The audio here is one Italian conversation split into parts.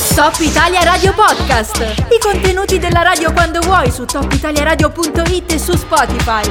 Top Italia Radio Podcast. I contenuti della radio quando vuoi su topitaliaradio.it e su Spotify.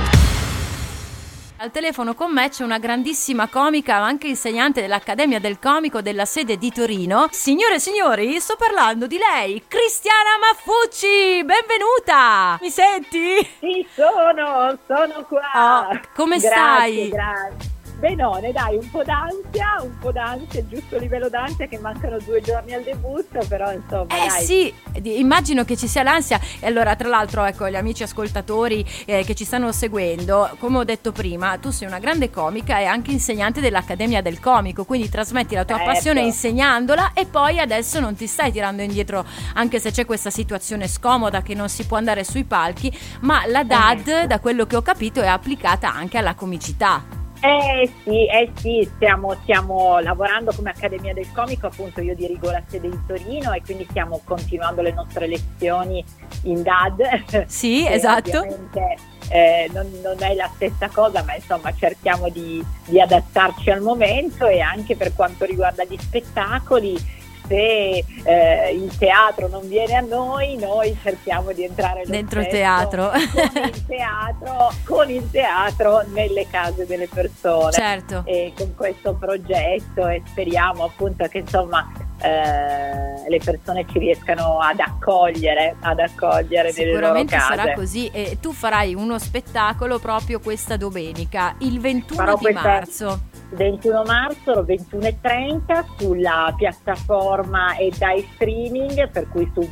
Al telefono con me c'è una grandissima comica, ma anche insegnante dell'Accademia del Comico della sede di Torino. Signore e signori, sto parlando di lei, Cristiana Maffucci. Benvenuta! Mi senti? Sì, sono qua. Oh, come stai? Grazie. Benone, dai, un po' d'ansia, giusto livello d'ansia, che mancano 2 giorni al debutto, però insomma dai. Sì, immagino che ci sia l'ansia. E allora, tra l'altro, ecco, gli amici ascoltatori che ci stanno seguendo, come ho detto prima, tu sei una grande comica e anche insegnante dell'Accademia del Comico, quindi trasmetti la tua passione insegnandola, e poi adesso non ti stai tirando indietro, anche se c'è questa situazione scomoda che non si può andare sui palchi, ma la DAD, da quello che ho capito, è applicata anche alla comicità. Sì, stiamo lavorando come Accademia del Comico, appunto io dirigo la sede di Torino e quindi stiamo continuando le nostre lezioni in DAD. Sì, esatto. Ovviamente non è la stessa cosa, ma insomma cerchiamo di adattarci al momento, e anche per quanto riguarda gli spettacoli, se il teatro non viene a noi cerchiamo di entrare dentro il teatro. con il teatro nelle case delle persone. Certo. E con questo progetto, e speriamo appunto che insomma le persone ci riescano ad accogliere nelle loro case. Sicuramente sarà così. E tu farai uno spettacolo proprio questa domenica, il 21 di marzo. 21 marzo, 21:30 sulla piattaforma Edai Streaming, per cui su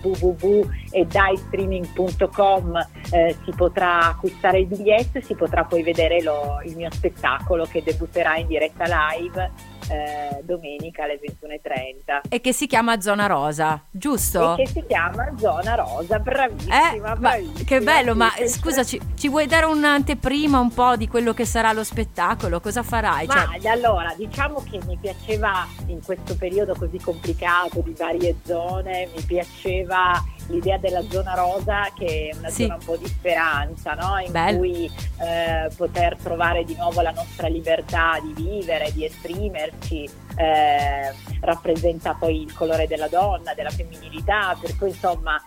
www.edaistreaming.com si potrà acquistare il biglietto e si potrà poi vedere il mio spettacolo, che debutterà in diretta live domenica alle 21:30. E che si chiama Zona Rosa, giusto? E che si chiama Zona Rosa, bravissima. Che bello, ma scusa, ci vuoi dare un'anteprima un po' di quello che sarà lo spettacolo? Cosa farai? Allora, diciamo che mi piaceva, in questo periodo così complicato di varie zone, mi piaceva l'idea della Zona Rosa, che è una zona un po' di speranza, no? In cui poter trovare di nuovo la nostra libertà di vivere, di esprimerci, rappresenta poi il colore della donna, della femminilità, per cui insomma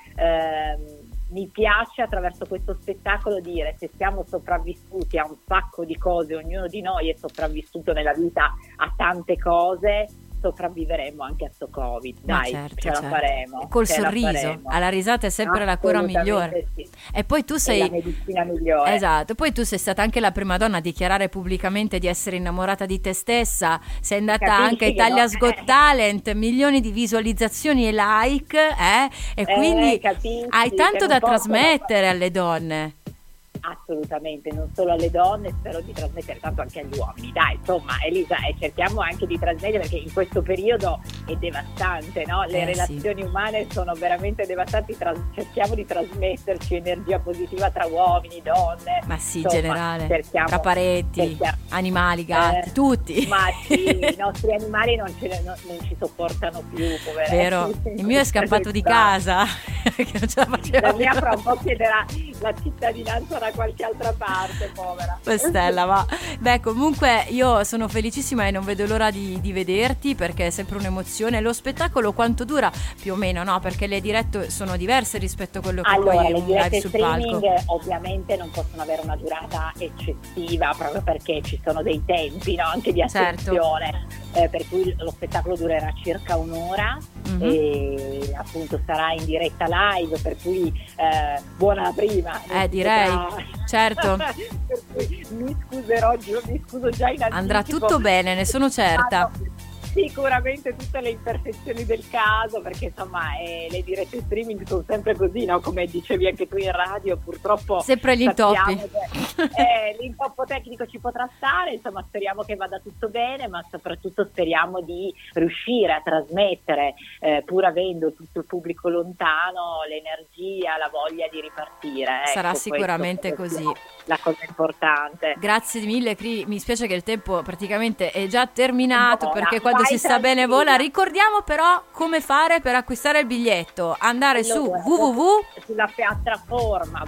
mi piace attraverso questo spettacolo dire: se siamo sopravvissuti a un sacco di cose, ognuno di noi è sopravvissuto nella vita a tante cose, sopravviveremo anche a sto Covid, dai, la faremo. Col sorriso, alla risata è sempre la cura migliore. Sì. E poi tu sei la medicina migliore. Esatto, poi tu sei stata anche la prima donna a dichiarare pubblicamente di essere innamorata di te stessa, sei andata anche a Italia's Got Talent, milioni di visualizzazioni e like, e quindi hai tanto da trasmettere alle donne. Assolutamente, non solo alle donne, spero di trasmettere tanto anche agli uomini, dai, insomma Elisa, cerchiamo anche di trasmettere, perché in questo periodo è devastante, no? Le relazioni umane sono veramente devastanti, cerchiamo di trasmetterci energia positiva tra uomini, donne, ma sì, insomma, generale, tra parenti, animali, gatti, tutti. Ma sì, i nostri animali non ci sopportano più, poveretti. Vero, il mio è scappato di casa che non ce la faceva. La mia fra un po' chiederà la cittadinanza da qualche altra parte, povera Stella. Ma comunque io sono felicissima e non vedo l'ora di vederti, perché è sempre un'emozione. Lo spettacolo quanto dura più o meno, no? Perché le dirette sono diverse rispetto a quello che poi è un live sul palco. Ovviamente non possono avere una durata eccessiva, proprio perché ci sono dei tempi, no? Anche di attenzione, per cui lo spettacolo durerà circa un'ora, e appunto sarà in diretta live, per cui buona la prima. Direi. Certo. Per cui mi scuso già in anticipo. Andrà tutto bene, ne sono certa. Sicuramente tutte le imperfezioni del caso, perché insomma le dirette streaming sono sempre così, no? Come dicevi anche tu in radio, purtroppo sempre gli intoppi. L'intoppo tecnico ci potrà stare, insomma speriamo che vada tutto bene, ma soprattutto speriamo di riuscire a trasmettere, pur avendo tutto il pubblico lontano, l'energia, la voglia di ripartire. Sarà sicuramente così. La cosa importante. Grazie mille, Cri. Mi spiace che il tempo praticamente è già terminato, perché qua quando si sta bene vola. Ricordiamo però come fare per acquistare il biglietto. Andare su sulla piattaforma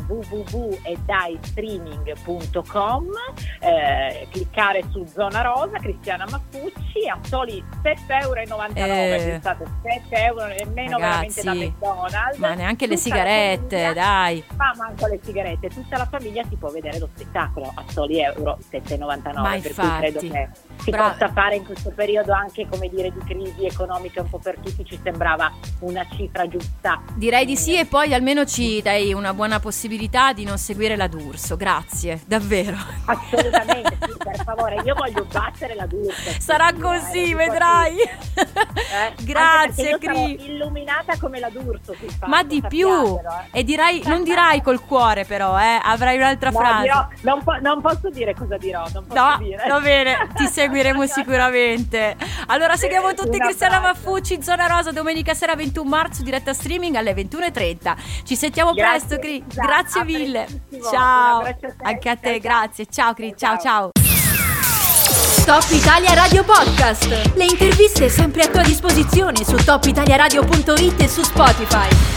www.edaistreaming.com, cliccare su Zona Rosa, Cristiana Maffucci, a soli €7,99 pensate, €7 nemmeno, ragazzi, veramente da McDonald's. Ma neanche le sigarette, dai. Ma manco le sigarette, tutta la famiglia si può vedere lo spettacolo a soli €7,99. Ma per cui credo che si possa fare in questo periodo anche, come dire, di crisi economica un po' per tutti. Ci sembrava una cifra giusta. Direi di sì, e poi almeno ci dai una buona possibilità di non seguire la D'Urso. Grazie, davvero. Assolutamente, sì, per favore, io voglio battere la D'Urso. Sarà così, vedrai. Grazie, Cri. Sarò illuminata come la D'Urso. Ma di più. E non dirai col cuore, però, avrai un'altra frase. Non posso dire cosa dirò. Dire. Va bene, ti seguiremo sicuramente. Allora seguiamo tutti Cristiana Maffucci, Zona Rosa, domenica sera 21 marzo, diretta streaming alle 21:30. Ci sentiamo presto, Cri. Grazie mille. Ciao. Anche a te, grazie. Ciao, Cri. Ciao. Top Italia Radio Podcast. Le interviste sempre a tua disposizione su topitaliaradio.it e su Spotify.